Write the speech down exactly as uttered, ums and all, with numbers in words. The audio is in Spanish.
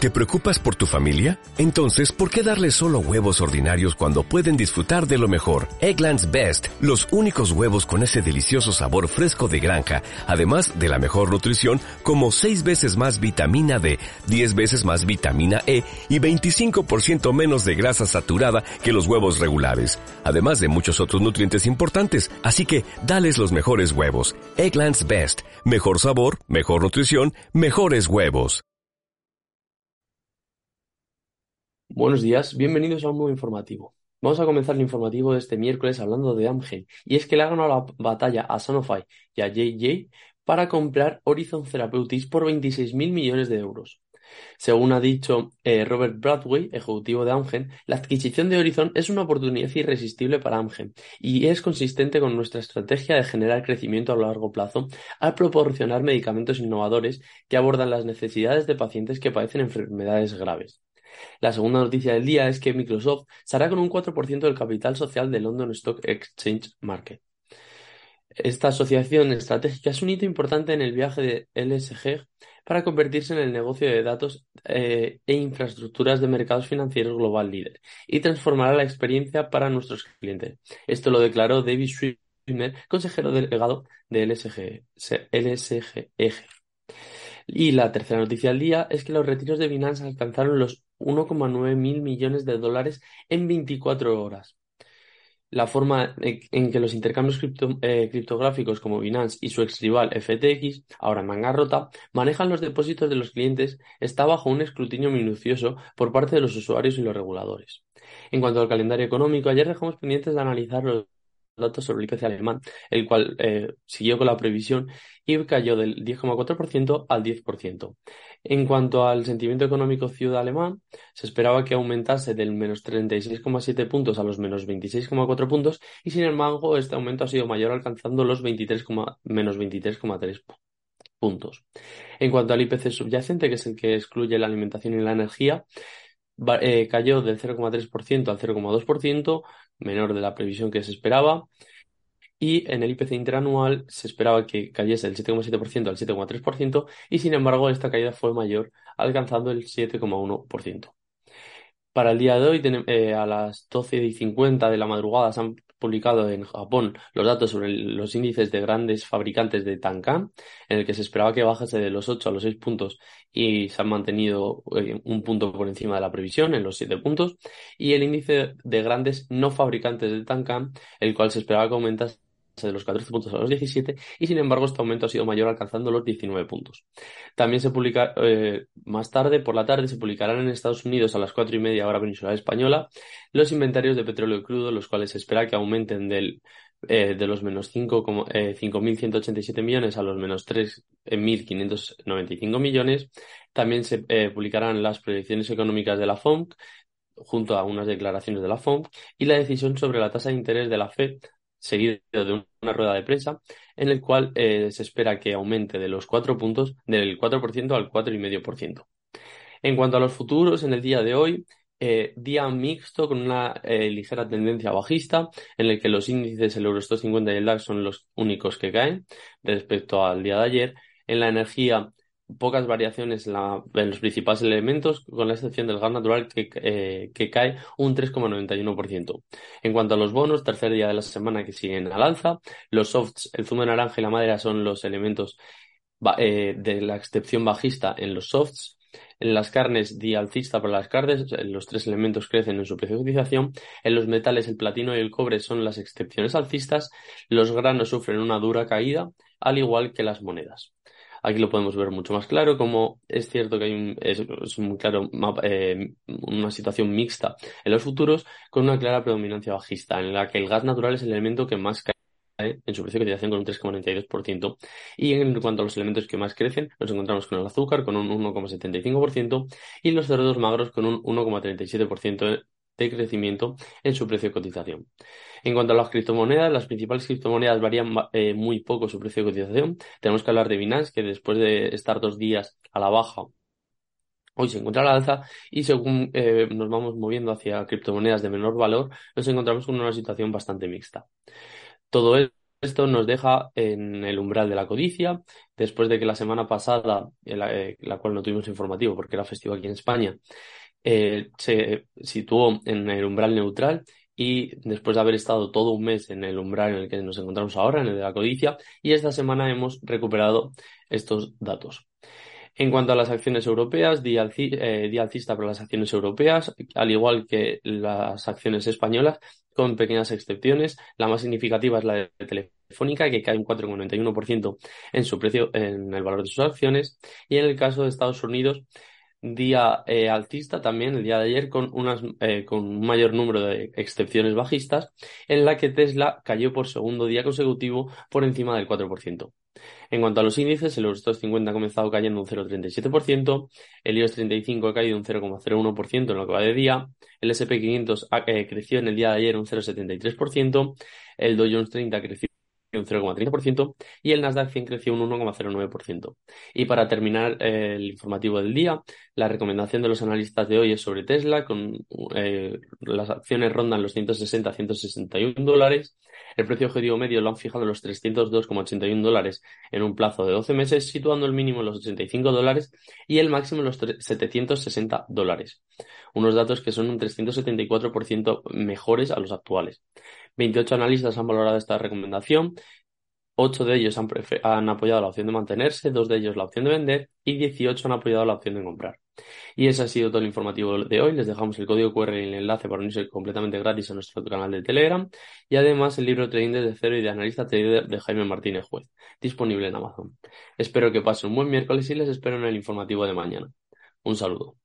¿Te preocupas por tu familia? Entonces, ¿por qué darles solo huevos ordinarios cuando pueden disfrutar de lo mejor? Eggland's Best, los únicos huevos con ese delicioso sabor fresco de granja, además de la mejor nutrición, como seis veces más vitamina D, diez veces más vitamina E y veinticinco por ciento menos de grasa saturada que los huevos regulares, además de muchos otros nutrientes importantes. Así que, dales los mejores huevos. Eggland's Best, mejor sabor, mejor nutrición, mejores huevos. Buenos días, bienvenidos a un nuevo informativo. Vamos a comenzar el informativo de este miércoles hablando de Amgen, y es que le ha ganado la batalla a Sanofi y a J J para comprar Horizon Therapeutics por veintiséis mil millones de euros. Según ha dicho eh, Robert Bradway, ejecutivo de Amgen, la adquisición de Horizon es una oportunidad irresistible para Amgen y es consistente con nuestra estrategia de generar crecimiento a largo plazo al proporcionar medicamentos innovadores que abordan las necesidades de pacientes que padecen enfermedades graves. La segunda noticia del día es que Microsoft se hará con un cuatro por ciento del capital social de London Stock Exchange Market. Esta asociación estratégica es un hito importante en el viaje de L S G para convertirse en el negocio de datos eh, e infraestructuras de mercados financieros global líder y transformará la experiencia para nuestros clientes. Esto lo declaró David Schwimmer, consejero delegado de L S G, L S G E G. Y la tercera noticia del día es que los retiros de Binance alcanzaron los uno coma nueve mil millones de dólares en veinticuatro horas. La forma en que los intercambios cripto, eh, criptográficos como Binance y su exrival F T X, ahora en bancarrota, manejan los depósitos de los clientes está bajo un escrutinio minucioso por parte de los usuarios y los reguladores. En cuanto al calendario económico, ayer dejamos pendientes de analizar los datos sobre el I P C alemán, el cual eh, siguió con la previsión y cayó del diez coma cuatro por ciento al diez por ciento. En cuanto al sentimiento económico ciudad alemán, se esperaba que aumentase del menos treinta y seis coma siete puntos a los menos veintiséis coma cuatro puntos y sin embargo este aumento ha sido mayor alcanzando los veintitrés, menos veintitrés coma tres puntos. En cuanto al I P C subyacente, que es el que excluye la alimentación y la energía, Eh, cayó del cero coma tres por ciento al cero coma dos por ciento, menor de la previsión que se esperaba, y en el I P C interanual se esperaba que cayese del siete coma siete por ciento al siete coma tres por ciento y sin embargo esta caída fue mayor, alcanzando el siete coma uno por ciento. Para el día de hoy, eh, a las doce y cincuenta de la madrugada, se han publicado en Japón los datos sobre el, los índices de grandes fabricantes de Tankan, en el que se esperaba que bajase de los ocho a los seis puntos y se han mantenido eh, un punto por encima de la previsión, en los siete puntos, y el índice de grandes no fabricantes de Tankan, el cual se esperaba que aumentase de los catorce puntos a los diecisiete y sin embargo este aumento ha sido mayor alcanzando los diecinueve puntos. También se publica eh, más tarde, por la tarde, se publicarán en Estados Unidos a las cuatro y media hora peninsular española los inventarios de petróleo crudo, los cuales se espera que aumenten del, eh, de los menos cinco mil ciento ochenta y siete millones a los menos tres mil quinientos noventa y cinco millones. También se eh, publicarán las proyecciones económicas de la F O M C junto a unas declaraciones de la F O M C y la decisión sobre la tasa de interés de la Fed, seguido de una rueda de prensa en el cual eh, se espera que aumente de los cuatro puntos, del cuatro por ciento al cuatro coma cinco por ciento. En cuanto a los futuros, en el día de hoy, eh, día mixto con una eh, ligera tendencia bajista, en el que los índices, el Eurostoxx cincuenta y el DAX son los únicos que caen respecto al día de ayer. En la energía, pocas variaciones en, la, en los principales elementos, con la excepción del gas natural que, eh, que cae un tres coma noventa y uno por ciento. En cuanto a los bonos, tercer día de la semana que siguen al alza, los softs, el zumo de naranja y la madera son los elementos eh, de la excepción bajista en los softs. En las carnes, día alcista para las carnes, los tres elementos crecen en su precio de cotización. En los metales, el platino y el cobre son las excepciones alcistas. Los granos sufren una dura caída, al igual que las monedas. Aquí lo podemos ver mucho más claro, como es cierto que hay un, es, es muy claro eh, una situación mixta en los futuros con una clara predominancia bajista, en la que el gas natural es el elemento que más cae en su precio de cotización con un tres coma noventa y dos por ciento y en cuanto a los elementos que más crecen nos encontramos con el azúcar con un uno coma setenta y cinco por ciento y los cerdos magros con un uno coma treinta y siete por ciento de crecimiento en su precio de cotización. En cuanto a las criptomonedas, las principales criptomonedas varían eh, muy poco su precio de cotización. Tenemos que hablar de Binance, que después de estar dos días a la baja, hoy se encuentra a la alza y según eh, nos vamos moviendo hacia criptomonedas de menor valor, nos encontramos con una situación bastante mixta. Todo esto nos deja en el umbral de la codicia, después de que la semana pasada, en la, eh, la cual no tuvimos informativo porque era festivo aquí en España, eh, se situó en el umbral neutral y después de haber estado todo un mes en el umbral en el que nos encontramos ahora, en el de la codicia, y esta semana hemos recuperado estos datos. En cuanto a las acciones europeas, día, alci eh, día alcista para las acciones europeas, al igual que las acciones españolas, con pequeñas excepciones. La más significativa es la de Telefónica, que cae un cuatro coma noventa y uno por ciento en su precio, en el valor de sus acciones. Y en el caso de Estados Unidos, día eh, alcista también el día de ayer con, unas, eh, con un mayor número de excepciones bajistas, en la que Tesla cayó por segundo día consecutivo por encima del cuatro por ciento. En cuanto a los índices, el Eurostoxx cincuenta ha comenzado cayendo un cero coma treinta y siete por ciento, el IBEX treinta y cinco ha caído un cero coma cero uno por ciento en lo que va de día, el ese and pe quinientos ha, eh, creció en el día de ayer un cero coma setenta y tres por ciento, el Dow Jones treinta creció un cero coma treinta por ciento y el Nasdaq cien creció un uno coma cero nueve por ciento. Y para terminar eh, el informativo del día, la recomendación de los analistas de hoy es sobre Tesla, con eh, las acciones rondan los ciento sesenta a ciento sesenta y uno dólares. El precio objetivo medio lo han fijado en los trescientos dos coma ochenta y uno dólares en un plazo de doce meses, situando el mínimo en los ochenta y cinco dólares y el máximo en los setecientos sesenta dólares. Unos datos que son un trescientos setenta y cuatro por ciento mejores a los actuales. veintiocho analistas han valorado esta recomendación, ocho de ellos han, han apoyado la opción de mantenerse, dos de ellos la opción de vender y dieciocho han apoyado la opción de comprar. Y ese ha sido todo el informativo de hoy. Les dejamos el código cu erre y el enlace para unirse completamente gratis a nuestro canal de Telegram y además el libro Trading desde cero y de analista trader de Jaime Martínez Juez, disponible en Amazon. Espero que pasen un buen miércoles y les espero en el informativo de mañana. Un saludo.